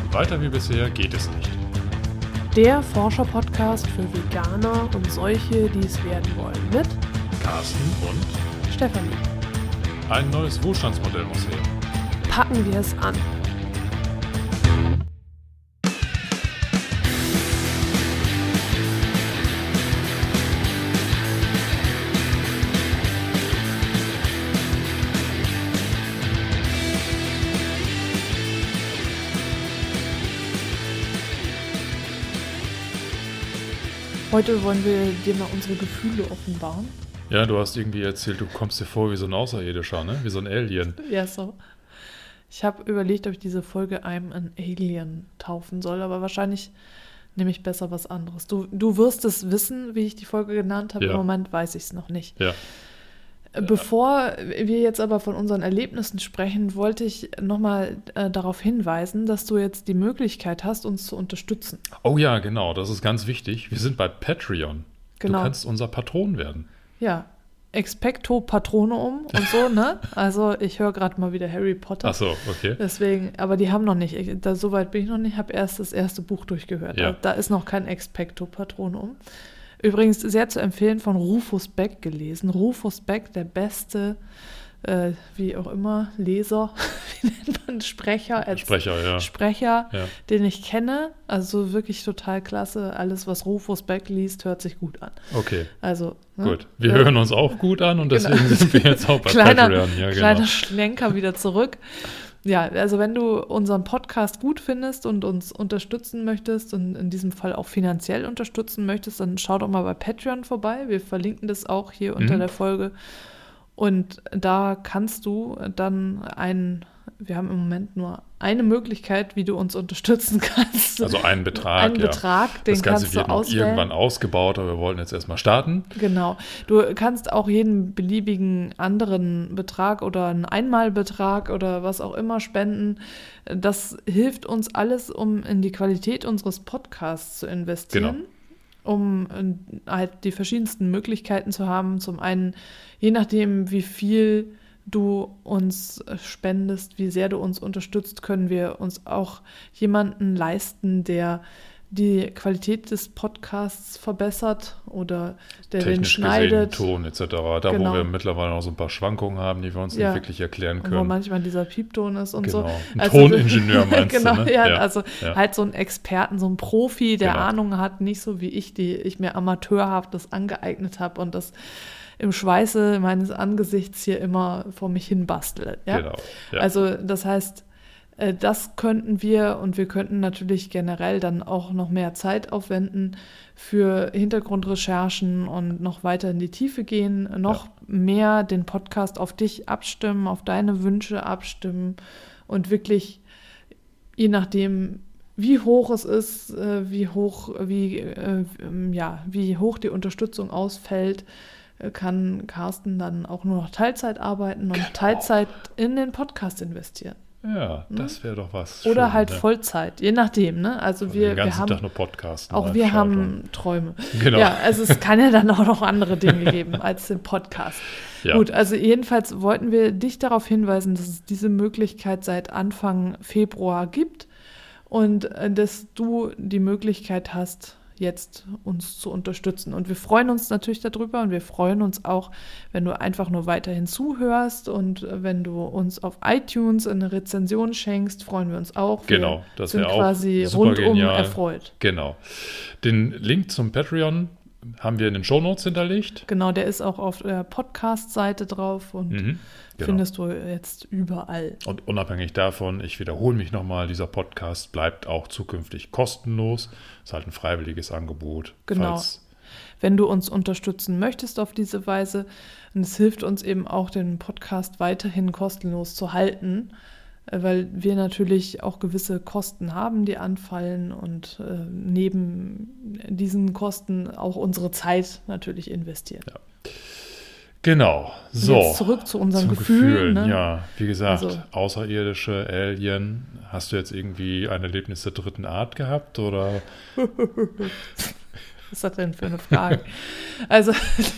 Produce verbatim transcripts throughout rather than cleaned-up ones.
Weiter wie bisher geht es nicht. Der Forscher-Podcast für Veganer und solche, die es werden wollen. Mit Carsten und Stefanie. Ein neues Wohlstandsmodell muss her. Packen wir es an. Heute wollen wir dir mal unsere Gefühle offenbaren. Ja, du hast irgendwie erzählt, du kommst dir vor wie so ein Außerirdischer, ne? Wie so ein Alien. Ja, so. Ich habe überlegt, ob ich diese Folge I'm an Alien taufen soll, aber wahrscheinlich nehme ich besser was anderes. Du, du wirst es wissen, wie ich die Folge genannt habe. Ja. Im Moment weiß ich es noch nicht. Ja. Bevor wir jetzt aber von unseren Erlebnissen sprechen, wollte ich nochmal äh, darauf hinweisen, dass du jetzt die Möglichkeit hast, uns zu unterstützen. Oh ja, genau, das ist ganz wichtig. Wir sind bei Patreon. Genau. Du kannst unser Patron werden. Ja, expecto patronum und so, ne? Also ich höre gerade mal wieder Harry Potter. Ach so, okay. Deswegen, aber die haben noch nicht, ich, da, so weit bin ich noch nicht, habe erst das erste Buch durchgehört. Ja. Da, da ist noch kein expecto patronum. Übrigens sehr zu empfehlen, von Rufus Beck gelesen. Rufus Beck, der beste, äh, wie auch immer, Leser, wie nennt man, Sprecher, als Sprecher, ja. Sprecher, Ja. den ich kenne. Also wirklich total klasse. Alles, was Rufus Beck liest, hört sich gut an. Okay, Also, ne? gut. Wir äh, hören uns auch gut an und deswegen genau. sind wir jetzt auch bei kleiner, Patreon. Ja, genau. Kleiner Schlenker wieder zurück. Ja, also wenn du unseren Podcast gut findest und uns unterstützen möchtest und in diesem Fall auch finanziell unterstützen möchtest, dann schau doch mal bei Patreon vorbei. Wir verlinken das auch hier unter Mhm. der Folge. Und da kannst du dann einen, wir haben im Moment nur eine Möglichkeit, wie du uns unterstützen kannst. Also einen Betrag, Einen ja. Betrag, den Das Ganze kannst wird du noch auswählen. irgendwann ausgebaut, aber wir wollten jetzt erstmal starten. Genau. Du kannst auch jeden beliebigen anderen Betrag oder einen Einmalbetrag oder was auch immer spenden. Das hilft uns alles, um in die Qualität unseres Podcasts zu investieren. Genau. Um äh, halt die verschiedensten Möglichkeiten zu haben. Zum einen, je nachdem, wie viel du uns spendest, wie sehr du uns unterstützt, können wir uns auch jemanden leisten, der die Qualität des Podcasts verbessert oder der den Technisch schneidet. gesehen, Ton et cetera. Da, Genau. wo wir mittlerweile noch so ein paar Schwankungen haben, die wir uns Ja. nicht wirklich erklären Und wo können. manchmal dieser Piepton ist und Genau. so. Ein Toningenieur meinst genau, du, ne? ja, Ja. also Ja. halt so ein Experten, so ein Profi, der Genau. Ahnung hat, nicht so wie ich, die ich mir amateurhaft das angeeignet habe und das im Schweiße meines Angesichts hier immer vor mich hin bastele. Ja? Genau. Ja. Also das heißt, äh, das könnten wir und wir könnten natürlich generell dann auch noch mehr Zeit aufwenden für Hintergrundrecherchen und noch weiter in die Tiefe gehen, noch Ja. mehr den Podcast auf dich abstimmen, auf deine Wünsche abstimmen und wirklich, je nachdem, wie hoch es ist, äh, wie hoch, wie, äh, ja, wie hoch die Unterstützung ausfällt, äh, kann Carsten dann auch nur noch Teilzeit arbeiten und Genau. Teilzeit in den Podcast investieren. ja, das wäre doch was. Oder schön, halt ne? Vollzeit, je nachdem. Ne? Also Also wir, den wir ganzen haben Tag nur Podcasten. auch live wir schaut haben Träume. Genau. Ja, also es kann ja dann auch noch andere Dinge geben als den Podcast. Ja. Gut, also jedenfalls wollten wir dich darauf hinweisen, dass es diese Möglichkeit seit Anfang Februar gibt und äh, dass du die Möglichkeit hast, jetzt uns zu unterstützen. Und wir freuen uns natürlich darüber und wir freuen uns auch, wenn du einfach nur weiterhin zuhörst und äh, wenn du uns auf iTunes eine Rezension schenkst, freuen wir uns auch. Wir Genau, das sind wäre auch quasi super rundum genial. erfreut. Genau. Den Link zum Patreon haben wir in den Shownotes hinterlegt. Genau, der ist auch auf der Podcast-Seite drauf und Mhm, genau. findest du jetzt überall. Und unabhängig davon, ich wiederhole mich nochmal, dieser Podcast bleibt auch zukünftig kostenlos. Ist halt ein freiwilliges Angebot. Genau. Falls, Wenn du uns unterstützen möchtest auf diese Weise, und es hilft uns eben auch, den Podcast weiterhin kostenlos zu halten, äh, weil wir natürlich auch gewisse Kosten haben, die anfallen und äh, neben diesen Kosten auch unsere Zeit natürlich investieren. Ja. Genau, Und so. jetzt zurück zu unseren Zum Gefühlen. Ne? Ja, wie gesagt, Also- außerirdische Alien. Hast du jetzt irgendwie ein Erlebnis der dritten Art gehabt oder? Was ist das denn für eine Frage? Also,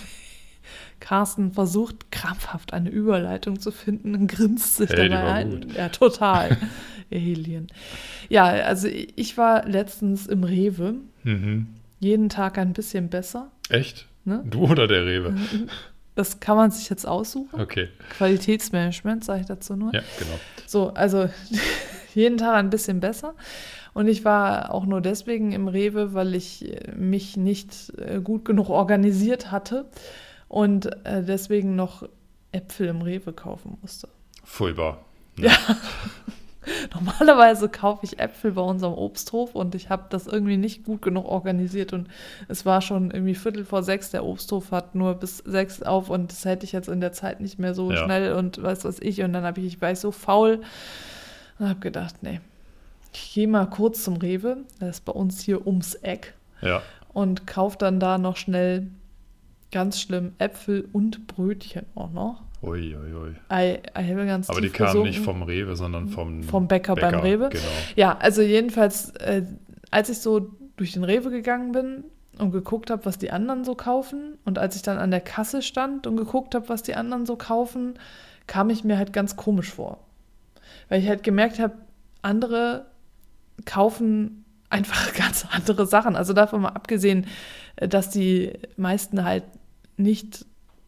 Carsten versucht krampfhaft eine Überleitung zu finden und grinst sich Hey, die dabei war ein. gut. Ja, total. Alien. Ja, also ich war letztens im Rewe. Mhm. Jeden Tag ein bisschen besser. Echt? Ne? Du oder der Rewe? Das kann man sich jetzt aussuchen. Okay. Qualitätsmanagement, sage ich dazu nur. Ja, genau. So, also jeden Tag ein bisschen besser. Und ich war auch nur deswegen im Rewe, weil ich mich nicht gut genug organisiert hatte und deswegen noch Äpfel im Rewe kaufen musste. Furchtbar. Ne? Ja. Normalerweise kaufe ich Äpfel bei unserem Obsthof und ich habe das irgendwie nicht gut genug organisiert und es war schon irgendwie Viertel vor sechs, der Obsthof hat nur bis sechs auf und das hätte ich jetzt in der Zeit nicht mehr so ja. schnell und was weiß ich und dann habe ich, ich war ich so faul und habe gedacht, nee, ich gehe mal kurz zum Rewe, das ist bei uns hier ums Eck ja. und kaufe dann da noch schnell ganz schlimm Äpfel und Brötchen auch noch. Ui, ui, ui. I, I ganz Aber die kamen gesunken. nicht vom Rewe, sondern vom, vom Bäcker, Bäcker beim Rewe. Genau. Ja, also jedenfalls, äh, als ich so durch den Rewe gegangen bin und geguckt habe, was die anderen so kaufen und als ich dann an der Kasse stand und geguckt habe, was die anderen so kaufen, kam ich mir halt ganz komisch vor. Weil ich halt gemerkt habe, andere kaufen einfach ganz andere Sachen. Also davon mal abgesehen, dass die meisten halt nicht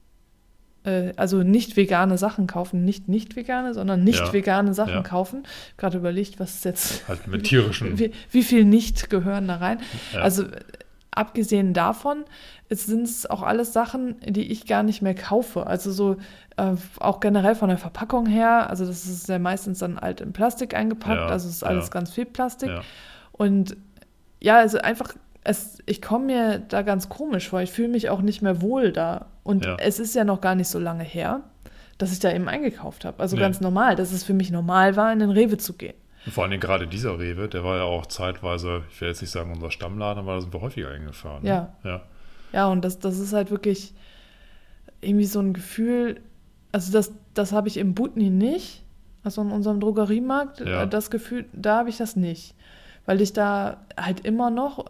also nicht vegane Sachen kaufen, nicht nicht vegane, sondern nicht ja, vegane Sachen ja. kaufen. Gerade überlegt, was ist jetzt... Halt mit tierischen... Wie, wie viel nicht gehören da rein? Ja. Also abgesehen davon sind es auch alles Sachen, die ich gar nicht mehr kaufe. Also so äh, auch generell von der Verpackung her, also das ist ja meistens dann halt in Plastik eingepackt, ja, also es ist alles ja. ganz viel Plastik. Ja. Und ja, also einfach... Es, ich komme mir da ganz komisch vor. Ich fühle mich auch nicht mehr wohl da. Und ja. es ist ja noch gar nicht so lange her, dass ich da eben eingekauft habe. Also nee. ganz normal, dass es für mich normal war, in den Rewe zu gehen. Und vor allem gerade dieser Rewe, der war ja auch zeitweise, ich will jetzt nicht sagen unser Stammladen, aber da sind wir häufiger eingefahren. Ne? Ja. Ja, ja und das, das ist halt wirklich irgendwie so ein Gefühl, also das, das habe ich im Butni nicht, also in unserem Drogeriemarkt, ja. das Gefühl, da habe ich das nicht. Weil ich da halt immer noch...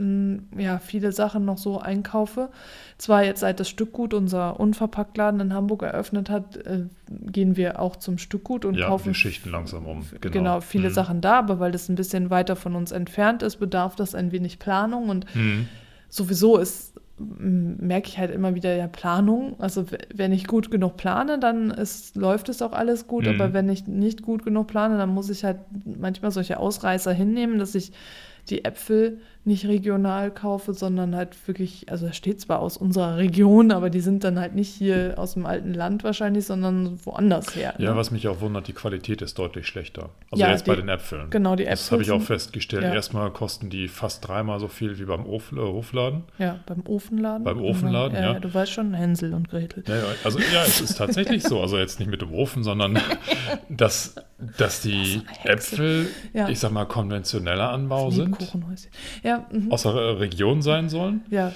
ja, viele Sachen noch so einkaufe. Zwar jetzt seit das Stückgut, unser Unverpacktladen in Hamburg eröffnet hat, äh, gehen wir auch zum Stückgut und ja, kaufen wir schichten langsam um. Genau, genau viele mhm. Sachen da, aber weil das ein bisschen weiter von uns entfernt ist, bedarf das ein wenig Planung und mhm. sowieso ist, merke ich halt immer wieder ja Planung. Also wenn ich gut genug plane, dann ist, läuft es auch alles gut, mhm. aber wenn ich nicht gut genug plane, dann muss ich halt manchmal solche Ausreißer hinnehmen, dass ich die Äpfel nicht regional kaufe, sondern halt wirklich, also da steht zwar aus unserer Region, aber die sind dann halt nicht hier aus dem alten Land wahrscheinlich, sondern woanders her. Ja, ne? was mich auch wundert, die Qualität ist deutlich schlechter. Also ja, jetzt die, bei den Äpfeln. Genau, die Äpfel. Das habe ich auch festgestellt. Ja. Erstmal kosten die fast dreimal so viel wie beim Of- äh, Hofladen. Ja, beim Ofenladen. Beim Ofenladen, ja. ja. Du weißt schon, Hänsel und Gretel. Ja, ja, also ja, es ist tatsächlich so. Also jetzt nicht mit dem Ofen, sondern dass, dass die Äpfel, ja. ich sag mal, konventioneller Anbau sind. Ja, mhm. Aus der Region sein sollen. Ja.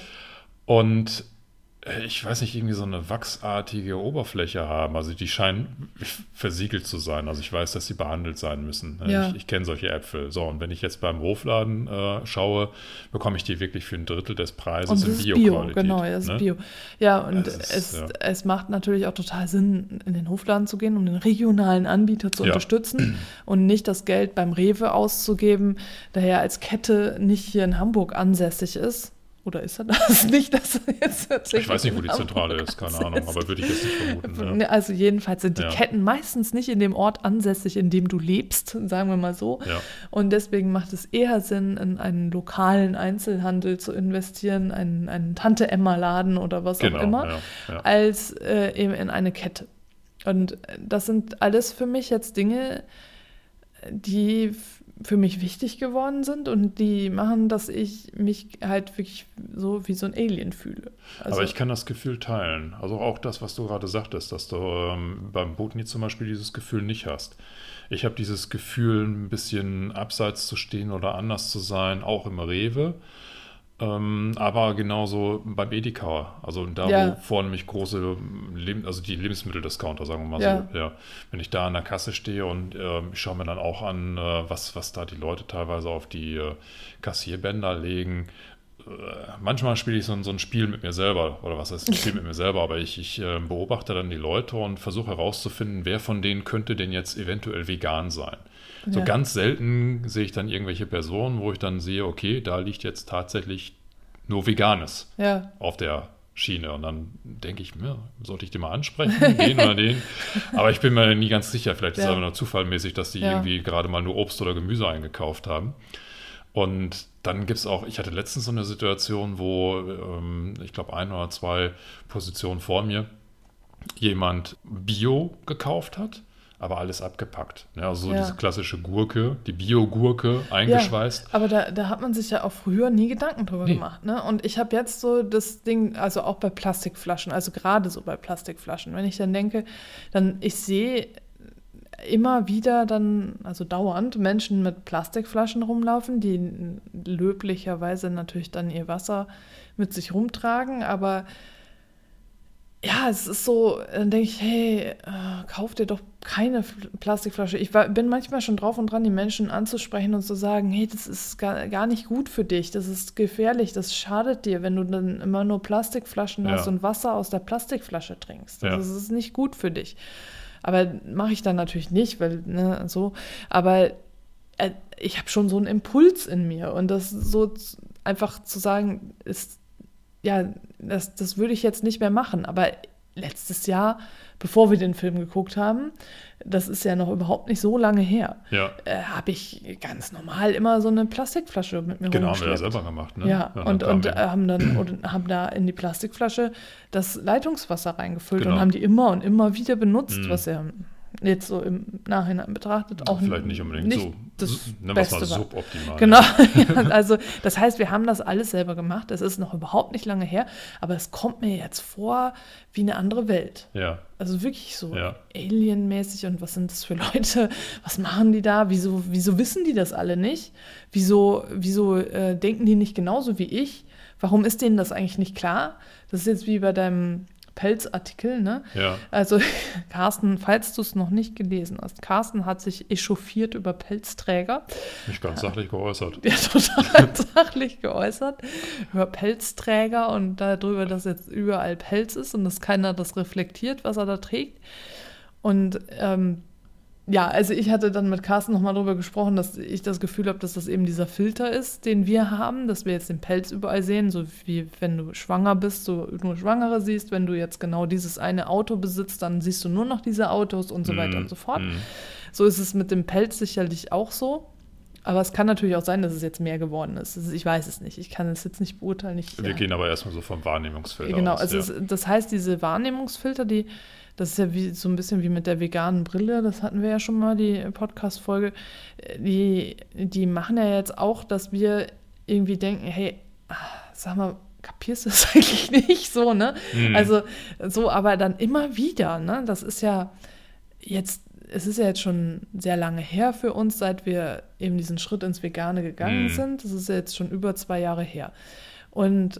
Und ich weiß nicht, irgendwie so eine wachsartige Oberfläche haben. Also die scheinen versiegelt zu sein. Also ich weiß, dass sie behandelt sein müssen. Ja. Ich, ich kenne solche Äpfel. So, und wenn ich jetzt beim Hofladen äh, schaue, bekomme ich die wirklich für ein Drittel des Preises in Bio-Qualität. Bio, genau, das ne? ist Bio. Ja, und ist, es, ja. es macht natürlich auch total Sinn, in den Hofladen zu gehen, um den regionalen Anbieter zu ja. unterstützen und nicht das Geld beim Rewe auszugeben, der ja als Kette nicht hier in Hamburg ansässig ist. Oder ist er das nicht? Dass er jetzt ich weiß nicht, wo die Zentrale ist, keine Ahnung, aber würde ich jetzt nicht vermuten. Ja. Also jedenfalls sind die ja. Ketten meistens nicht in dem Ort ansässig, in dem du lebst, sagen wir mal so. Ja. Und deswegen macht es eher Sinn, in einen lokalen Einzelhandel zu investieren, einen, einen Tante-Emma-Laden oder was genau, auch immer, ja, ja. als äh, eben in eine Kette. Und das sind alles für mich jetzt Dinge, die für mich wichtig geworden sind und die machen, dass ich mich halt wirklich so wie so ein Alien fühle. Also, aber ich kann das Gefühl teilen. Also auch das, was du gerade sagtest, dass du ähm, beim Botni zum Beispiel dieses Gefühl nicht hast. Ich habe dieses Gefühl, ein bisschen abseits zu stehen oder anders zu sein, auch im Rewe. Ähm, aber genauso beim Edeka, also da, ja. wo vornehmlich große, Leb- also die Lebensmitteldiscounter, sagen wir mal ja. so, ja. Wenn ich da an der Kasse stehe und äh, ich schaue mir dann auch an, äh, was, was da die Leute teilweise auf die äh, Kassierbänder legen, manchmal spiele ich so ein, so ein Spiel mit mir selber, oder was heißt ein Spiel mit mir selber, aber ich, ich äh, beobachte dann die Leute und versuche herauszufinden, wer von denen könnte denn jetzt eventuell vegan sein. So Ja. ganz selten sehe ich dann irgendwelche Personen, wo ich dann sehe, okay, da liegt jetzt tatsächlich nur Veganes Ja. auf der Schiene. Und dann denke ich, ja, sollte ich den mal ansprechen, den oder den? Aber ich bin mir nie ganz sicher. Vielleicht ist es Ja. aber nur zufallmäßig, dass die Ja. irgendwie gerade mal nur Obst oder Gemüse eingekauft haben. Und dann gibt es auch, ich hatte letztens so eine Situation, wo ähm, ich glaube ein oder zwei Positionen vor mir jemand Bio gekauft hat, aber alles abgepackt. Ja, also so Ja. diese klassische Gurke, die Bio-Gurke eingeschweißt. Ja, aber da, da hat man sich ja auch früher nie Gedanken drüber Nee. gemacht. Ne? Und ich habe jetzt so das Ding, also auch bei Plastikflaschen, also gerade so bei Plastikflaschen, wenn ich dann denke, dann ich sehe immer wieder dann, also dauernd, Menschen mit Plastikflaschen rumlaufen, die löblicherweise natürlich dann ihr Wasser mit sich rumtragen, aber ja, es ist so, dann denke ich, hey, äh, kauf dir doch keine F- Plastikflasche. Ich war, bin manchmal schon drauf und dran, die Menschen anzusprechen und zu sagen, hey, das ist gar, gar nicht gut für dich, das ist gefährlich, das schadet dir, wenn du dann immer nur Plastikflaschen Ja. hast und Wasser aus der Plastikflasche trinkst. Ja. Das ist nicht gut für dich. Aber mache ich dann natürlich nicht, weil, ne, so. Aber äh, ich habe schon so einen Impuls in mir und das so z- einfach zu sagen, ist ja, das, das würde ich jetzt nicht mehr machen. Aber letztes Jahr, bevor wir den Film geguckt haben, das ist ja noch überhaupt nicht so lange her, Ja, äh, habe ich ganz normal immer so eine Plastikflasche mit mir genau, haben wir ja rumgeschleppt. selber gemacht. Ne? Ja, dann und, kamen und wir- äh, haben dann und haben da in die Plastikflasche das Leitungswasser reingefüllt Genau. und haben die immer und immer wieder benutzt, Mhm. was ja jetzt so im Nachhinein betrachtet auch vielleicht nicht unbedingt nicht so, das nennen wir es mal Beste war. suboptimal. Genau, ja, also das heißt, wir haben das alles selber gemacht. Es ist noch überhaupt nicht lange her, aber es kommt mir jetzt vor wie eine andere Welt. Ja, Also wirklich so Ja. alienmäßig und was sind das für Leute? Was machen die da? Wieso, wieso wissen die das alle nicht? Wieso, wieso äh, denken die nicht genauso wie ich? Warum ist denen das eigentlich nicht klar? Das ist jetzt wie bei deinem Pelzartikel, ne? ja, Also Carsten, falls du es noch nicht gelesen hast, Carsten hat sich echauffiert über Pelzträger. mich ganz sachlich geäußert. Ja, total sachlich geäußert über Pelzträger und darüber, dass jetzt überall Pelz ist und dass keiner das reflektiert, was er da trägt. Und ähm, ja, also ich hatte dann mit Carsten nochmal darüber gesprochen, dass ich das Gefühl habe, dass das eben dieser Filter ist, den wir haben, dass wir jetzt den Pelz überall sehen, so wie wenn du schwanger bist, so nur Schwangere siehst, wenn du jetzt genau dieses eine Auto besitzt, dann siehst du nur noch diese Autos und so weiter Mhm. und so fort. Mhm. So ist es mit dem Pelz sicherlich auch so. Aber es kann natürlich auch sein, dass es jetzt mehr geworden ist. Also ich weiß es nicht. Ich kann es jetzt nicht beurteilen. Ich, Wir ja. gehen aber erstmal so vom Wahrnehmungsfilter Genau, aus. also ja. es, das heißt, diese Wahrnehmungsfilter, die, das ist ja wie, so ein bisschen wie mit der veganen Brille, das hatten wir ja schon mal, die Podcast-Folge, die, die machen ja jetzt auch, dass wir irgendwie denken, hey, ah, sag mal, kapierst du das eigentlich nicht so, ne? Mhm. Also so, aber dann immer wieder, ne? Das ist ja jetzt, es ist ja jetzt schon sehr lange her für uns, seit wir eben diesen Schritt ins Vegane gegangen Mhm. sind. Das ist ja jetzt schon über zwei Jahre her. Und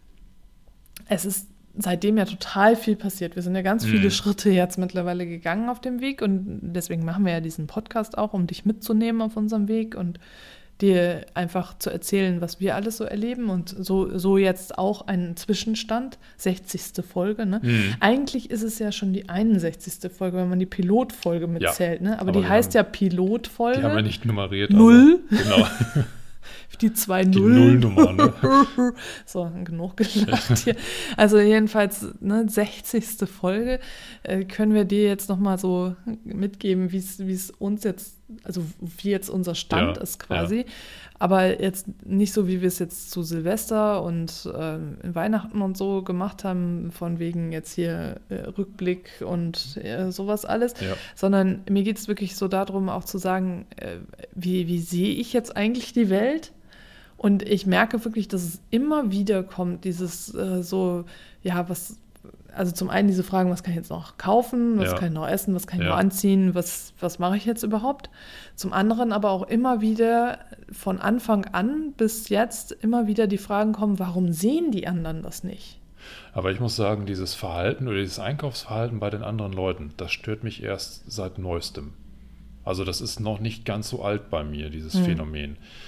es ist seitdem ja total viel passiert. Wir sind ja ganz Mhm. viele Schritte jetzt mittlerweile gegangen auf dem Weg und deswegen machen wir ja diesen Podcast auch, um dich mitzunehmen auf unserem Weg und dir einfach zu erzählen, was wir alles so erleben und so, so jetzt auch ein Zwischenstand, sechzigste Folge. Ne? Mhm. Eigentlich ist es ja schon die einundsechzigste Folge, wenn man die Pilotfolge mitzählt. Ne? Aber, Aber die wir heißt haben- ja Pilotfolge. Die haben wir nicht nummeriert. Null. Aber, genau, Die zwei die Nullen. Nullnummer. Ne? So, genug gelacht hier. Also jedenfalls, ne, sechzigste Folge äh, können wir dir jetzt nochmal so mitgeben, wie es uns jetzt, also wie jetzt unser Stand Ja, ist quasi. Aber jetzt nicht so, wie wir es jetzt zu Silvester und ähm, in Weihnachten und so gemacht haben, von wegen jetzt hier äh, Rückblick und äh, sowas alles, Ja. sondern mir geht es wirklich so darum, auch zu sagen, äh, wie, wie sehe ich jetzt eigentlich die Welt? Und ich merke wirklich, dass es immer wieder kommt, dieses äh, so, ja, was, also zum einen diese Fragen, was kann ich jetzt noch kaufen, was Ja. kann ich noch essen, was kann ich Ja. noch anziehen, was, was mache ich jetzt überhaupt? Zum anderen aber auch immer wieder von Anfang an bis jetzt immer wieder die Fragen kommen, warum sehen die anderen das nicht? Aber ich muss sagen, dieses Verhalten oder dieses Einkaufsverhalten bei den anderen Leuten, das stört mich erst seit Neuestem. Also das ist noch nicht ganz so alt bei mir, dieses Hm. Phänomen.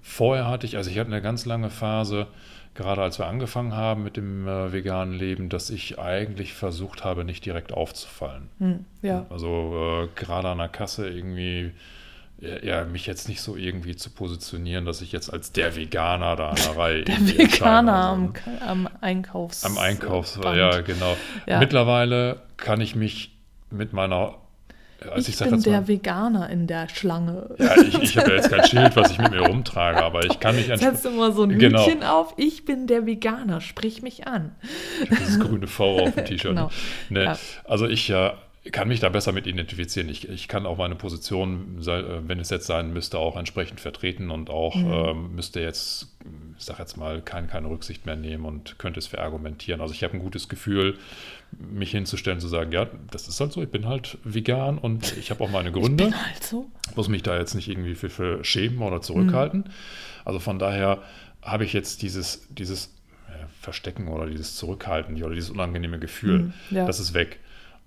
vorher hatte ich, also ich hatte eine ganz lange Phase, gerade als wir angefangen haben mit dem äh, veganen Leben, dass ich eigentlich versucht habe, nicht direkt aufzufallen. Hm, ja. Also äh, gerade an der Kasse irgendwie, ja, ja, mich jetzt nicht so irgendwie zu positionieren, dass ich jetzt als der Veganer da an der Reihe Der irgendwie Veganer erscheine. am, am Einkaufs... Am Einkaufs, Band. ja, genau. Ja. Mittlerweile kann ich mich mit meiner, also Ich, ich sag bin jetzt der mal, Veganer in der Schlange. ja, ich, ich habe ja jetzt kein Schild, was ich mit mir rumtrage, aber ich kann mich Setzt du mal so ein Genau. Hütchen auf, ich bin der Veganer, sprich mich an. dieses grüne V auf dem T-Shirt. Genau. Ne? Ja. Also ich äh, kann mich da besser mit identifizieren. Ich, ich kann auch meine Position, sei, äh, wenn es jetzt sein müsste, auch entsprechend vertreten und auch Mhm. ähm, müsste jetzt, ich sag jetzt mal, kein, keine Rücksicht mehr nehmen und könnte es verargumentieren. Also ich habe ein gutes Gefühl, mich hinzustellen, zu sagen, ja, das ist halt so, ich bin halt vegan und ich habe auch meine Gründe. Ich bin halt so. Muss mich da jetzt nicht irgendwie für, für schämen oder zurückhalten. Also von daher habe ich jetzt dieses, dieses äh, Verstecken oder dieses Zurückhalten oder dieses unangenehme Gefühl, Mhm, ja. das ist weg.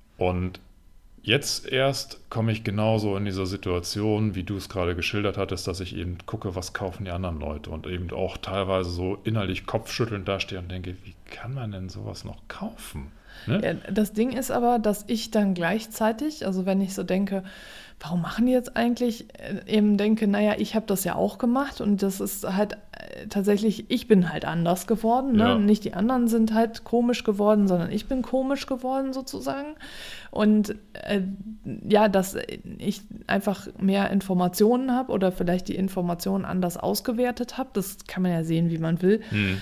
Und jetzt erst komme ich genauso in dieser Situation, wie du es gerade geschildert hattest, dass ich eben gucke, was kaufen die anderen Leute und eben auch teilweise so innerlich kopfschüttelnd dastehe und denke, wie kann man denn sowas noch kaufen? Ne? Ja, das Ding ist aber, dass ich dann gleichzeitig, also wenn ich so denke, warum machen die jetzt eigentlich, äh, eben denke, naja, ich habe das ja auch gemacht und das ist halt äh, tatsächlich, ich bin halt anders geworden, ne? Ja. Nicht die anderen sind halt komisch geworden, sondern ich bin komisch geworden sozusagen. Und äh, ja, dass ich einfach mehr Informationen habe oder vielleicht die Informationen anders ausgewertet habe, das kann man ja sehen, wie man will. Hm.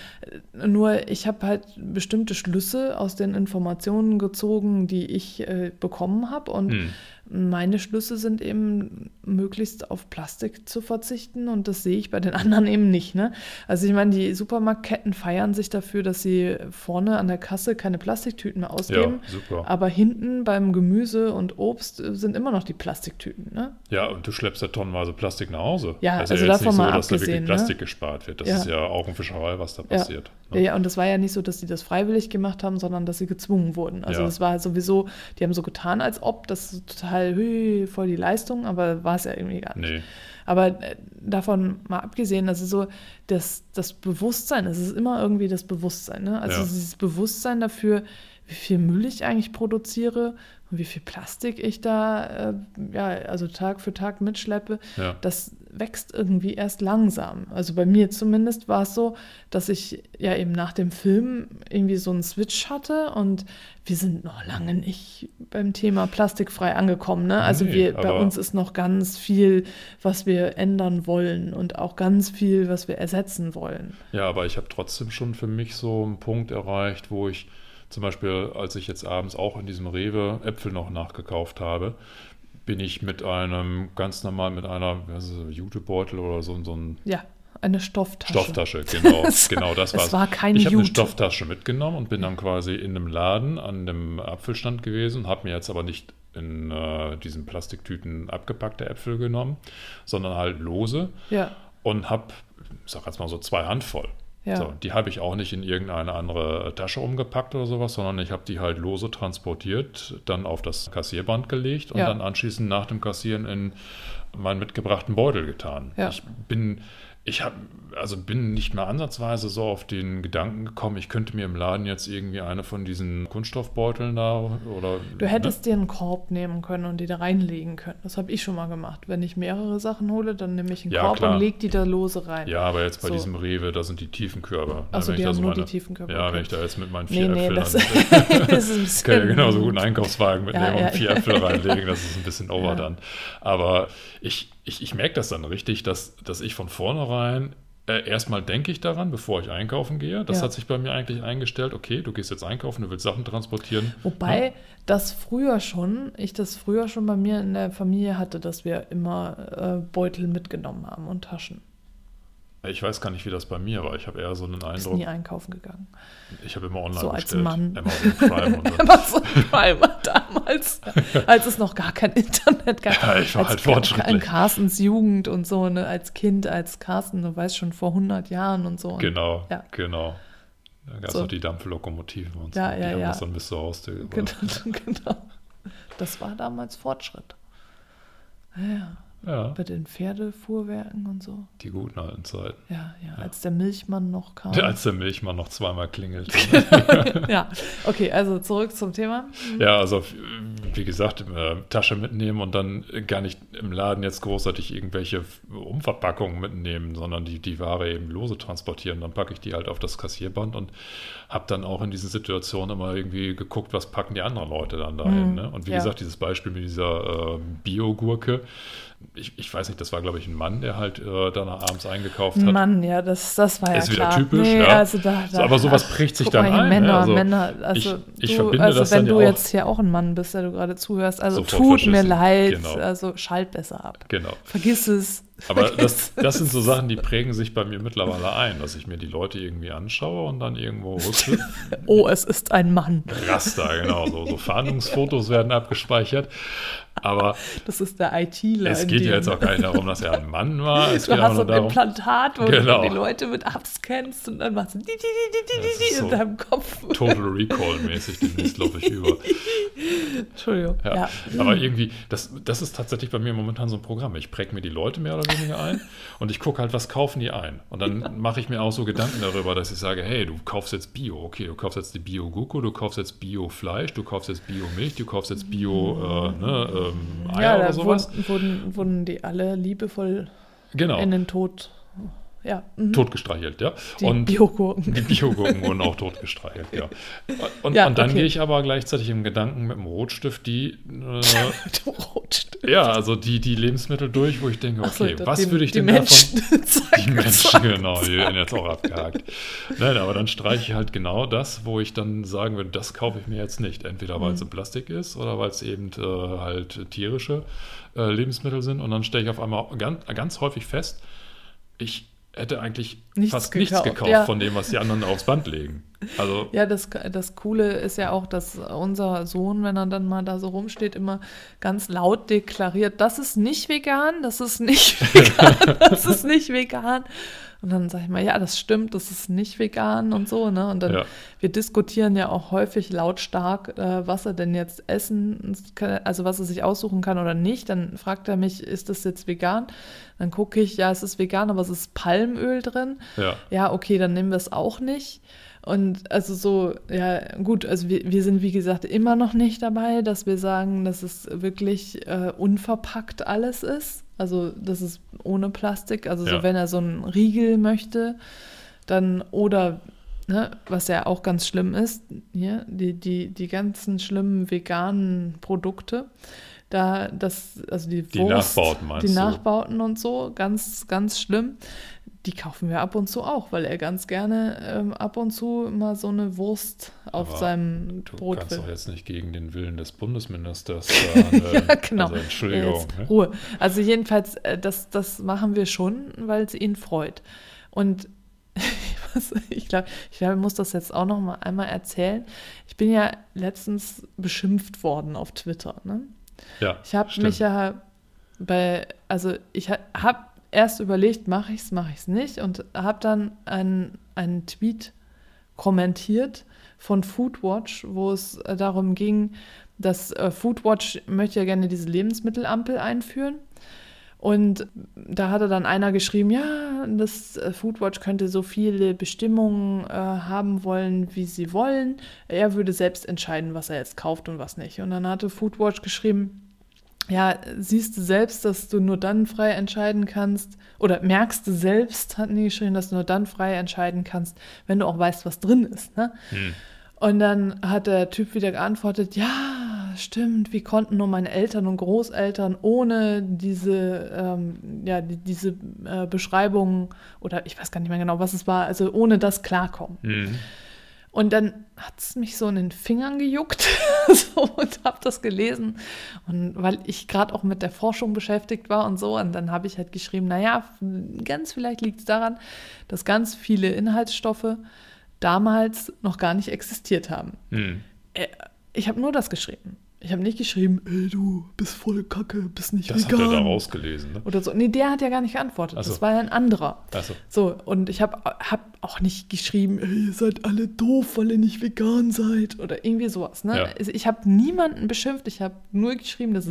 Nur ich habe halt bestimmte Schlüsse aus den Informationen gezogen, die ich äh, bekommen habe und Hm. meine Schlüsse sind eben, möglichst auf Plastik zu verzichten und das sehe ich bei den anderen eben nicht. Ne? Also ich meine, die Supermarktketten feiern sich dafür, dass sie vorne an der Kasse keine Plastiktüten mehr ausgeben, Ja, super. aber hinten beim Gemüse und Obst äh, sind immer noch die Plastiktüten. Ne? Ja, und du schleppst ja tonnenweise Plastik nach Hause. Ja, das ist also ja jetzt davon nicht so, mal dass da wirklich abgesehen, ne? Plastik gespart wird. Das Ja. ist ja Augenfischerei, was da Ja. passiert. Ja, ja, und das war ja nicht so, dass sie das freiwillig gemacht haben, sondern dass sie gezwungen wurden. Also Ja. das war sowieso, die haben so getan, als ob, das ist total hui, voll die Leistung, aber war es ja irgendwie gar nicht. Nee. Aber äh, davon mal abgesehen, also so das, das Bewusstsein, es ist immer irgendwie das Bewusstsein, ne? Also Ja. dieses Bewusstsein dafür, wie viel Müll ich eigentlich produziere und wie viel Plastik ich da, äh, ja, also Tag für Tag mitschleppe, Ja. das wächst irgendwie erst langsam. Also bei mir zumindest war es so, dass ich ja eben nach dem Film irgendwie so einen Switch hatte und wir sind noch lange nicht beim Thema plastikfrei angekommen. Ne? Also Nee, wir, bei aber- uns ist noch ganz viel, was wir ändern wollen und auch ganz viel, was wir ersetzen wollen. Ja, aber ich habe trotzdem schon für mich so einen Punkt erreicht, wo ich zum Beispiel, als ich jetzt abends auch in diesem Rewe Äpfel noch nachgekauft habe, bin ich mit einem ganz normal, mit einer was ist das, Jutebeutel oder so, so ein Ja, eine Stofftasche. Stofftasche, genau, Es- genau das es war's. war kein Ich habe eine Jute. Stofftasche mitgenommen und bin dann quasi in einem Laden an dem Apfelstand gewesen, habe mir jetzt aber nicht in äh, diesen Plastiktüten abgepackte Äpfel genommen, sondern halt lose Ja, und habe, ich sag jetzt mal so zwei Handvoll. ja. So, die habe ich auch nicht in irgendeine andere Tasche umgepackt oder sowas, sondern ich habe die halt lose transportiert, dann auf das Kassierband gelegt und Ja. dann anschließend nach dem Kassieren in meinen mitgebrachten Beutel getan. Ja. Ich bin, ich habe, also bin nicht mal ansatzweise so auf den Gedanken gekommen, ich könnte mir im Laden jetzt irgendwie eine von diesen Kunststoffbeuteln da oder. Du hättest dir einen Korb nehmen können und die da reinlegen können. Das habe ich schon mal gemacht. Wenn ich mehrere Sachen hole, dann nehme ich einen Ja, Korb klar. und lege die da lose rein. Ne? Ja, aber jetzt bei So. diesem Rewe, da sind die Tiefenkörbe. Ach so, Wenn ich die da haben so nur meine- die Tiefenkörbe, Ja, okay. wenn ich da jetzt mit meinen Nee, vier nee, Äpfeln das, dann- das ist ein kann ja bisschen... genauso gut einen Einkaufswagen mitnehmen Ja, ja, und vier ja. Äpfel reinlegen, das ist ein bisschen over Ja. dann. Aber ich, ich, ich merke das dann richtig, dass, dass ich von vornherein äh, erstmal denke ich daran, bevor ich einkaufen gehe. Das Ja. hat sich bei mir eigentlich eingestellt, okay, du gehst jetzt einkaufen, du willst Sachen transportieren. Wobei Ja. das früher schon, ich das früher schon bei mir in der Familie hatte, dass wir immer äh, Beutel mitgenommen haben und Taschen. Ich weiß gar nicht, wie das bei mir war. Ich habe eher so einen Bist Eindruck, nie einkaufen gegangen. ich habe immer online So als bestellt. Mann. Amazon Prime und so. Aber so Primer damals, als es noch gar kein Internet gab. Ja, ich war als halt Ka- fortschrittlich. In Carstens Jugend und so, ne, als Kind, als Carsten, du weißt schon, vor hundert Jahren und so. Und Genau, Ja. genau. Da gab es So. noch die Dampflokomotiven und Ja, so. Die ja, haben ja. das dann bis zur Haustür Genau, gebracht. genau. Das war damals Fortschritt. Ja, ja. Ja. Bei den Pferdefuhrwerken und so. Die guten alten Zeiten. Ja, ja, als der Milchmann noch kam. Als der Milchmann noch zweimal klingelt. Ja, okay, also zurück zum Thema. Ja, also wie gesagt, äh, Tasche mitnehmen und dann gar nicht im Laden jetzt großartig irgendwelche Umverpackungen mitnehmen, sondern die, die Ware eben lose transportieren. Dann packe ich die halt auf das Kassierband und habe dann auch in diesen Situationen immer irgendwie geguckt, was packen die anderen Leute dann dahin. Mhm, Ne? Und wie ja. gesagt, dieses Beispiel mit dieser äh, Bio-Gurke, Ich, ich weiß nicht, das war, glaube ich, ein Mann, der halt äh, danach abends eingekauft hat. Mann, ja, das, das war ja Ist klar. wieder typisch, nee, ja. Also da, da, so, aber sowas prägt sich guck dann mal hier, ein. Männer, ne? also, Männer, also ich, ich du, verbinde also das wenn dann du ja auch. jetzt hier auch ein Mann bist, der du gerade zuhörst, also Sofort tut mir verschissen. leid, Genau. also schalt besser ab. Genau. Vergiss es. Aber Vergiss das, das es. sind so Sachen, die prägen sich bei mir mittlerweile ein, dass ich mir die Leute irgendwie anschaue und dann irgendwo rücke. Oh, es ist ein Mann. Raster, genau. So, so Fahndungsfotos werden abgespeichert. Aber Das ist der ITler. es in geht dir, ja jetzt ne? auch gar nicht darum, dass er ein Mann war. Es Du geht hast auch so nur ein darum, Implantat, wo Genau. du die Leute mit abscannst und dann machst du die, die, die, die, Das die, ist die in so deinem Kopf. Total Recall-mäßig demnächst laufe ich über. Entschuldigung. Ja. Ja. Aber irgendwie, das, das ist tatsächlich bei mir momentan so ein Programm. Ich präge mir die Leute mehr oder weniger ein und ich gucke halt, was kaufen die ein. Und dann mache ich mir auch so Gedanken darüber, dass ich sage, hey, du kaufst jetzt Bio. Okay, du kaufst jetzt die Bio-Gurke, du kaufst jetzt Bio-Fleisch, du kaufst jetzt Bio-Milch, du kaufst jetzt Bio äh, ne, ähm, Eier Ja, oder da sowas. wurden, wurden, wurden die alle liebevoll Genau. in den Tod. Ja. Mhm. Totgestreichelt, ja. Die und Biogurken. die Biogurken wurden auch totgestreichelt, ja. Und, Ja, und dann okay. gehe ich aber gleichzeitig im Gedanken mit dem Rotstift die, äh, Du Rotstift. ja, also die, die Lebensmittel durch, wo ich denke, Ach so, okay, das- was die- würde ich die denn Menschen davon... zeigen Die Menschen, zwar- genau, die werden jetzt auch abgehakt. Nein, aber dann streiche ich halt genau das, wo ich dann sagen würde, das kaufe ich mir jetzt nicht. Entweder weil es in Plastik ist oder weil es eben äh, halt tierische äh, Lebensmittel sind. Und dann stelle ich auf einmal ganz, ganz häufig fest, ich hätte eigentlich Nichts fast gekauft, nichts gekauft ja. von dem, was die anderen aufs Band legen. Also, Ja, das, das Coole ist ja auch, dass unser Sohn, wenn er dann mal da so rumsteht, immer ganz laut deklariert, das ist nicht vegan, das ist nicht vegan, das ist nicht vegan. Und dann sage ich mal, ja, das stimmt, das ist nicht vegan und so, ne? Und dann, Ja. wir diskutieren ja auch häufig lautstark, äh, was er denn jetzt essen kann, also was er sich aussuchen kann oder nicht. Dann fragt er mich, ist das jetzt vegan? Dann gucke ich, ja, es ist vegan, aber es ist Palmöl drin. ja. Ja, okay, dann nehmen wir es auch nicht. Und also so, ja, gut, also wir, wir sind, wie gesagt, immer noch nicht dabei, dass wir sagen, dass es wirklich äh, unverpackt alles ist. Also das ist ohne Plastik. Also Ja. so, wenn er so einen Riegel möchte, dann oder, ne, was ja auch ganz schlimm ist, hier, die, die, die ganzen schlimmen veganen Produkte, da das, also die, Die Wurst, Nachbauten meinst die du? Nachbauten und so, ganz, ganz schlimm. Die kaufen wir ab und zu auch, weil er ganz gerne ähm, ab und zu mal so eine Wurst auf Aber seinem Du Brot kannst will. doch jetzt nicht gegen den Willen des Bundesministers da, äh, Ja, genau. Also Entschuldigung. Jetzt Ne? Ruhe. Also jedenfalls, äh, das, das machen wir schon, weil es ihn freut. Und ich glaube, ich glaub, ich muss das jetzt auch noch mal einmal erzählen. Ich bin ja letztens beschimpft worden auf Twitter. Ne? Ja, Ich habe stimmt. mich ja bei, also ich ha- habe erst überlegt, mache ich es, mache ich es nicht und habe dann einen, einen Tweet kommentiert von Foodwatch, wo es äh, darum ging, dass äh, Foodwatch möchte ja gerne diese Lebensmittelampel einführen. Und da hatte dann einer geschrieben, ja, das äh, Foodwatch könnte so viele Bestimmungen äh, haben wollen, wie sie wollen. Er würde selbst entscheiden, was er jetzt kauft und was nicht. Und dann hatte Foodwatch geschrieben, ja, siehst du selbst, dass du nur dann frei entscheiden kannst, oder merkst du selbst, hatten die geschrieben, dass du nur dann frei entscheiden kannst, wenn du auch weißt, was drin ist. Ne? Hm. Und dann hat der Typ wieder geantwortet, ja, stimmt, wie konnten nur meine Eltern und Großeltern ohne diese, ähm, ja, die, diese äh, Beschreibung, oder ich weiß gar nicht mehr genau, was es war, also ohne das klarkommen. Hm. Und dann hat es mich so in den Fingern gejuckt so, und habe das gelesen. Und weil ich gerade auch mit der Forschung beschäftigt war und so, und dann habe ich halt geschrieben, naja, ganz vielleicht liegt es daran, dass ganz viele Inhaltsstoffe damals noch gar nicht existiert haben. Hm. Äh, Ich habe nur das geschrieben. Ich habe nicht geschrieben, ey, du bist voll kacke, bist nicht Das vegan. hat er da rausgelesen, ne? Oder so. Nee, der hat ja gar nicht geantwortet. Ach so. Das war ja ein anderer. Achso. So, und ich habe hab auch nicht geschrieben, ey, ihr seid alle doof, weil ihr nicht vegan seid. Oder irgendwie sowas. Ne? Ja. Also ich habe niemanden beschimpft. Ich habe nur geschrieben, dass es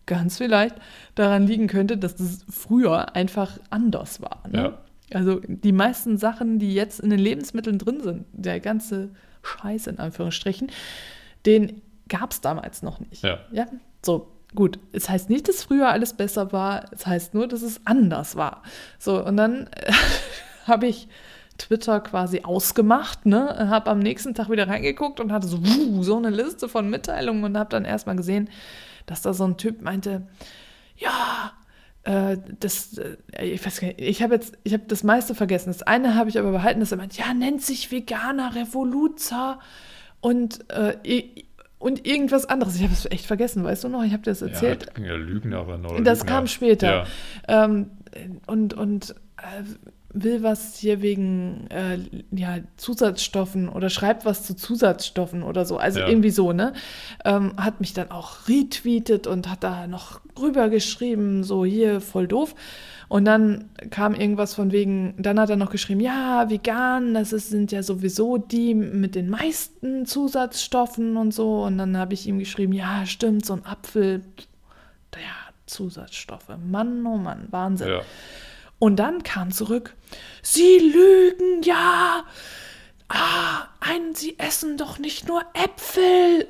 ganz vielleicht daran liegen könnte, dass das früher einfach anders war. Ne? Ja. Also die meisten Sachen, die jetzt in den Lebensmitteln drin sind, der ganze Scheiß in Anführungsstrichen, den gab es damals noch nicht. Ja. Ja, so. Gut, es heißt nicht, dass früher alles besser war, es heißt nur, dass es anders war. So, und dann äh, habe ich Twitter quasi ausgemacht, ne, habe am nächsten Tag wieder reingeguckt und hatte so, wuh, so eine Liste von Mitteilungen und habe dann erstmal gesehen, dass da so ein Typ meinte, ja, äh, das, äh, ich weiß gar nicht, ich habe jetzt, ich habe das meiste vergessen. Das eine habe ich aber behalten, dass er meint, ja, nennt sich Veganer Revoluzer und äh, ich, Und irgendwas anderes. Ich habe es echt vergessen, weißt du noch? Ich habe dir das erzählt. Ja, ja, Lügnerin oder Das Lügner. kam später. Ja. Ähm, und und äh, will was hier wegen äh, ja, Zusatzstoffen oder schreibt was zu Zusatzstoffen oder so. Also Ja. irgendwie so, ne? Ähm, hat mich dann auch retweetet und hat da noch rübergeschrieben, so hier voll doof. Und dann kam irgendwas von wegen, dann hat er noch geschrieben, ja, vegan, das ist, sind ja sowieso die mit den meisten Zusatzstoffen und so. Und dann habe ich ihm geschrieben, ja, stimmt, so ein Apfel, ja, Zusatzstoffe. Mann, oh Mann, Wahnsinn. Ja. Und dann kam zurück, Sie lügen, ja. Ah, ein, Sie essen doch nicht nur Äpfel.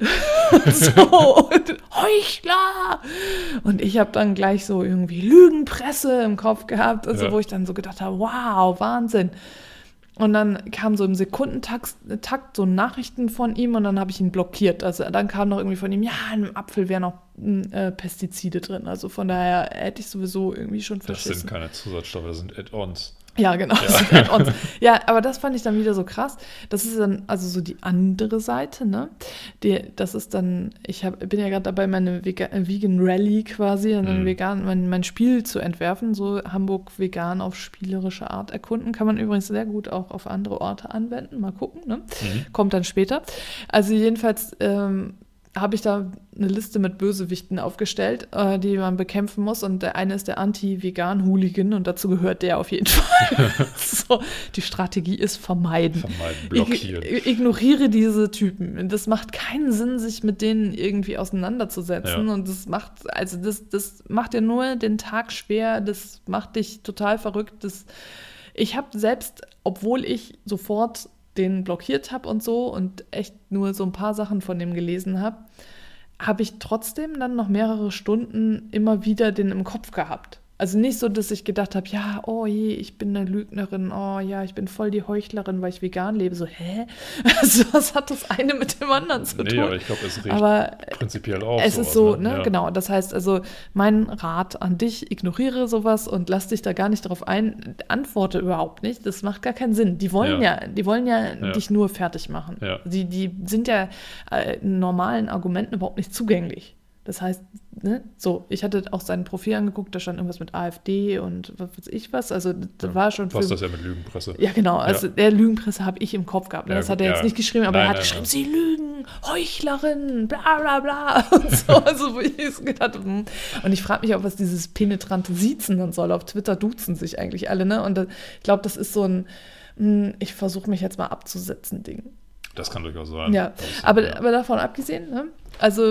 So, und Heuchler. Und ich habe dann gleich so irgendwie Lügenpresse im Kopf gehabt, also Ja. wo ich dann so gedacht habe, wow, Wahnsinn. Und dann kam so im Sekundentakt Takt so Nachrichten von ihm und dann habe ich ihn blockiert. Also dann kam noch irgendwie von ihm, ja, im Apfel wären noch äh, Pestizide drin. Also von daher hätte ich sowieso irgendwie schon Das verschissen. sind keine Zusatzstoffe, das sind Add-ons. Ja, genau. Ja. Das sind Add-ons. Ja, aber das fand ich dann wieder so krass. Das ist dann also so die andere Seite, ne? Die, das ist dann, ich hab, bin ja gerade dabei, meine Vega- Vegan Rally quasi, und dann Mhm. vegan, mein, mein Spiel zu entwerfen, so Hamburg vegan auf spielerische Art erkunden. Kann man übrigens sehr gut auch auf andere Orte anwenden. Mal gucken, ne? Mhm. Kommt dann später. Also jedenfalls ähm, habe ich da eine Liste mit Bösewichten aufgestellt, äh, die man bekämpfen muss. Und der eine ist der Anti-Vegan-Hooligan und dazu gehört der auf jeden Fall. So, die Strategie ist vermeiden. Vermeiden, blockieren. Ich, ignoriere diese Typen. Das macht keinen Sinn, sich mit denen irgendwie auseinanderzusetzen. Ja. Und das macht, also das, das macht dir nur den Tag schwer, das macht dich total verrückt. Das, ich habe selbst, obwohl ich sofort den blockiert habe und so und echt nur so ein paar Sachen von dem gelesen habe, habe ich trotzdem dann noch mehrere Stunden immer wieder den im Kopf gehabt. Also nicht so, dass ich gedacht habe, ja, oh je, ich bin eine Lügnerin, oh ja, ich bin voll die Heuchlerin, weil ich vegan lebe. So, hä? Also was hat das eine mit dem anderen zu Nee, tun? aber ich glaube, es riecht Aber prinzipiell auch es sowas, ist so, ne? ne, Ja. genau. Das heißt also, mein Rat an dich, ignoriere sowas und lass dich da gar nicht drauf ein, antworte überhaupt nicht. Das macht gar keinen Sinn. Die wollen ja, Ja. die wollen ja, Ja. dich nur fertig machen. Ja. Die, die sind ja äh, normalen Argumenten überhaupt nicht zugänglich. Das heißt, ne, so, ich hatte auch sein Profil angeguckt, da stand irgendwas mit AfD und was weiß ich was. Also das Ja, war schon Passt für, das ja mit Lügenpresse. ja, genau. Also Ja. der Lügenpresse habe ich im Kopf gehabt. Ne? Ja, Das gut, hat er jetzt ja. nicht geschrieben, aber Nein, er hat nein, geschrieben, nein. sie lügen, Heuchlerin, bla bla bla. Und so, also wo ich so gedacht habe, hm. Und ich frage mich auch, was dieses penetrante Siezen dann soll. Auf Twitter duzen sich eigentlich alle, ne? Und das, ich glaube, das ist so ein, hm, ich versuche mich jetzt mal abzusetzen Ding. Das kann durchaus sein. Ja, Das ist- aber, ja. aber davon abgesehen, ne? Also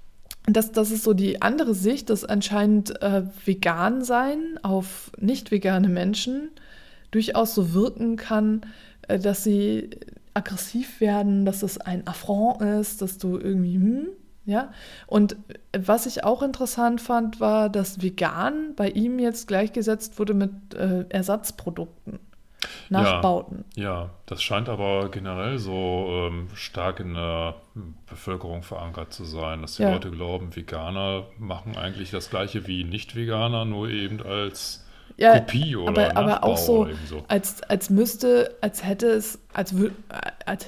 das, das ist so die andere Sicht, dass anscheinend äh, vegan sein auf nicht vegane Menschen durchaus so wirken kann, äh, dass sie aggressiv werden, dass es ein Affront ist, dass du irgendwie, hm, ja. Und was ich auch interessant fand, war, dass vegan bei ihm jetzt gleichgesetzt wurde mit äh, Ersatzprodukten, Nachbauten. Ja, das scheint aber generell so ähm, stark in der Bevölkerung verankert zu sein, dass die Ja. Leute glauben, Veganer machen eigentlich das Gleiche wie Nicht-Veganer, nur eben als Ja, Kopie oder aber, aber Nachbau auch so, oder eben so. als, als müsste, als hätte es, als, wü- als,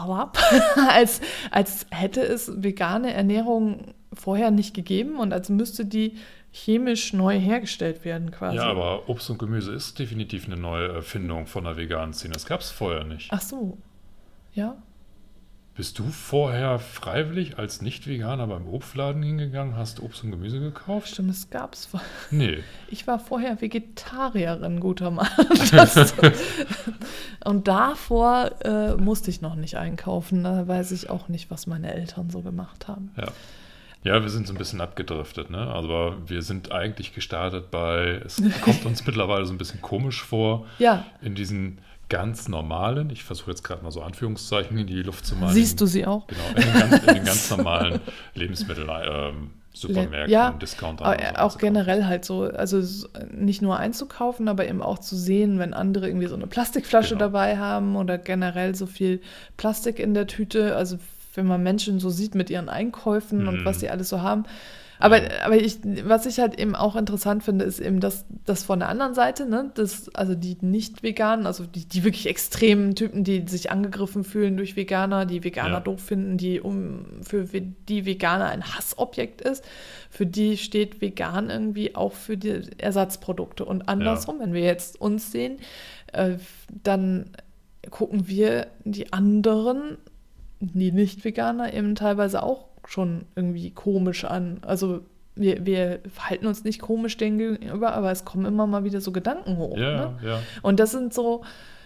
als, als hätte es vegane Ernährung vorher nicht gegeben und als müsste die chemisch neu hergestellt werden quasi. Ja, aber Obst und Gemüse ist definitiv eine neue Erfindung von der veganen Szene. Das gab es vorher nicht. Ach so, ja. Bist du vorher freiwillig als Nicht-Veganer beim Obstladen hingegangen, hast Obst und Gemüse gekauft? Stimmt, das gab's. vor- Nee. Ich war vorher Vegetarierin, guter Mann. Das, und davor äh, musste ich noch nicht einkaufen. Da weiß ich auch nicht, was meine Eltern so gemacht haben. Ja. Ja, wir sind so ein bisschen abgedriftet, ne? Aber wir sind eigentlich gestartet bei, es kommt uns mittlerweile so ein bisschen komisch vor, Ja. in diesen ganz normalen, ich versuche jetzt gerade mal so Anführungszeichen in die Luft zu malen. Siehst du sie auch? Genau, in den ganz, in den ganz normalen Lebensmittel, ähm, Supermärkten, ja, Discountern. aber und so auch einzukaufen. generell halt so, also s- nicht nur einzukaufen, aber eben auch zu sehen, wenn andere irgendwie so eine Plastikflasche Genau. dabei haben oder generell so viel Plastik in der Tüte. Also wenn man Menschen so sieht mit ihren Einkäufen und Mhm. was sie alles so haben. Aber, Ja. aber ich, was ich halt eben auch interessant finde, ist eben das, das von der anderen Seite, ne? Das, also die nicht veganen, also die, die wirklich extremen Typen, die sich angegriffen fühlen durch Veganer, die Veganer Ja. doof finden, die um für die Veganer ein Hassobjekt ist, für die steht vegan irgendwie auch für die Ersatzprodukte. Und andersrum, wenn wir jetzt uns sehen, äh, dann gucken wir die anderen, die Nicht-Veganer, eben teilweise auch schon irgendwie komisch an. Also wir, wir verhalten uns nicht komisch denen gegenüber, aber es kommen immer mal wieder so Gedanken hoch. Ja, Ne? ja. Und das sind so,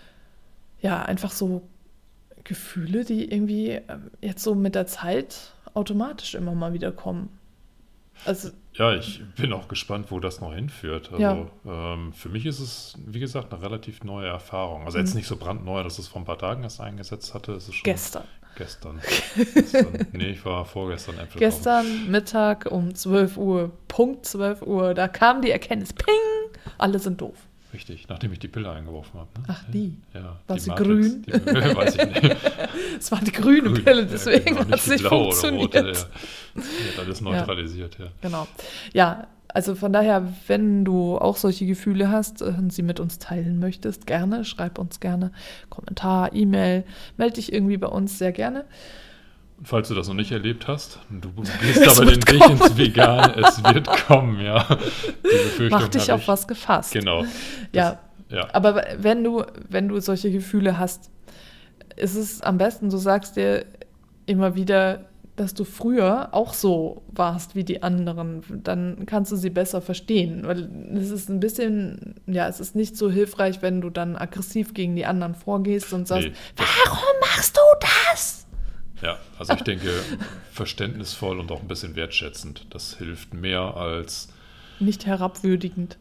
ja, einfach so Gefühle, die irgendwie äh, jetzt so mit der Zeit automatisch immer mal wieder kommen. Also Ja, ich bin auch gespannt, wo das noch hinführt. Also Ja. ähm, für mich ist es, wie gesagt, eine relativ neue Erfahrung. Also jetzt Mhm. nicht so brandneu, dass es vor ein paar Tagen erst eingesetzt hatte. Es ist schon gestern. Gestern. gestern. Nee, ich war vorgestern Äpfel kaufen. Gestern Mittag um zwölf Uhr, Punkt zwölf Uhr, da kam die Erkenntnis, ping, alle sind doof. Richtig, nachdem ich die Pille eingeworfen habe. Ne? Ach, die? Ja, War die sie Matrix, grün? Die, weiß ich nicht. Es war die grüne Grün, Pille, ja, deswegen genau, hat es nicht blau oder funktioniert. rote, ja. Die hat alles neutralisiert, ja. Genau. Ja, also von daher, wenn du auch solche Gefühle hast und sie mit uns teilen möchtest, gerne, schreib uns gerne Kommentar, E-Mail, melde dich irgendwie bei uns sehr gerne. Und falls du das noch nicht erlebt hast, du gehst aber den Weg ins Vegan, es wird kommen, ja. Die Befürchtung Mach dich habe auf ich. was gefasst. Genau. Ja, Ja, aber wenn du, wenn du solche Gefühle hast, ist es am besten, du sagst dir immer wieder, dass du früher auch so warst wie die anderen. Dann kannst du sie besser verstehen. Weil es ist ein bisschen, ja, es ist nicht so hilfreich, wenn du dann aggressiv gegen die anderen vorgehst und sagst, Nee. warum machst du das? ja, also ich denke, verständnisvoll und auch ein bisschen wertschätzend. Das hilft mehr als, Nicht herabwürdigend.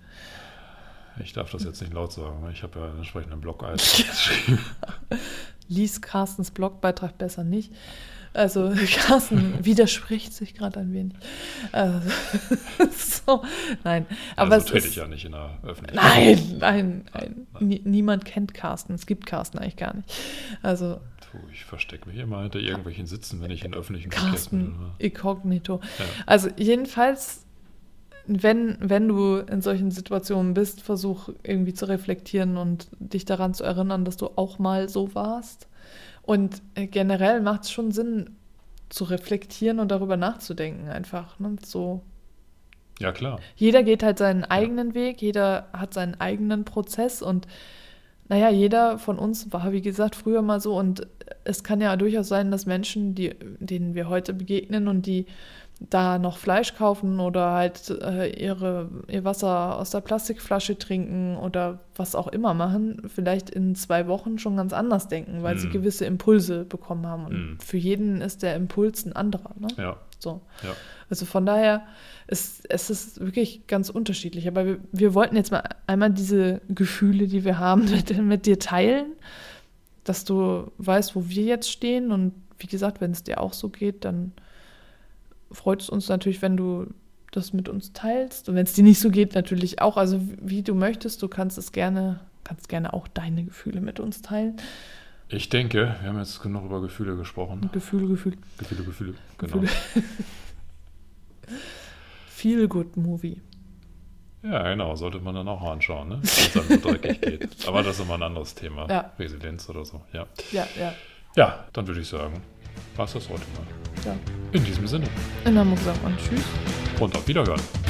ich darf das jetzt nicht laut sagen, weil ich habe ja einen entsprechenden Blog-Eintrag geschrieben. Lies Carstens Blogbeitrag besser nicht. Also Carsten widerspricht sich gerade ein wenig. Also, so, nein. Aber Also es trete ist, ich ja nicht in der Öffentlichkeit. Nein, nein, nein. Nie, niemand kennt Carsten. Es gibt Carsten eigentlich gar nicht. Also Puh, ich verstecke mich immer hinter irgendwelchen Sitzen, wenn ich in öffentlichen Carsten Verkehrsmitteln war. inkognito. Ja. Also jedenfalls, wenn, wenn du in solchen Situationen bist, versuch irgendwie zu reflektieren und dich daran zu erinnern, dass du auch mal so warst. Und äh, generell macht es schon Sinn, zu reflektieren und darüber nachzudenken einfach. Ne? So, Ja, klar. jeder geht halt seinen eigenen Weg, jeder hat seinen eigenen Prozess und naja, jeder von uns war, wie gesagt, früher mal so und es kann ja durchaus sein, dass Menschen, die, denen wir heute begegnen und die da noch Fleisch kaufen oder halt äh, ihre, ihr Wasser aus der Plastikflasche trinken oder was auch immer machen, vielleicht in zwei Wochen schon ganz anders denken, weil Mm. sie gewisse Impulse bekommen haben. Und Mm. für jeden ist der Impuls ein anderer. Ne? Ja, So. ja. Also von daher ist es ist wirklich ganz unterschiedlich. Aber wir, wir wollten jetzt mal einmal diese Gefühle, die wir haben, mit, mit dir teilen, dass du weißt, wo wir jetzt stehen. Und wie gesagt, wenn es dir auch so geht, dann freut es uns natürlich, wenn du das mit uns teilst. Und wenn es dir nicht so geht, natürlich auch. Also wie du möchtest, du kannst es gerne, kannst gerne auch deine Gefühle mit uns teilen. Ich denke, wir haben jetzt genug über Gefühle gesprochen. Gefühle, Gefühle, Gefühle, Gefühle, genau. Gefühle. Feel Good Movie. Ja, genau, sollte man dann auch mal anschauen, ne? Wenn es dann so dreckig geht. Aber das ist immer ein anderes Thema. Ja. Resilienz oder so, ja. Ja, ja, Ja, dann würde ich sagen, war es das heute mal. ja. In diesem Sinne. Und dann haben wir gesagt, und tschüss. Und auf Wiederhören.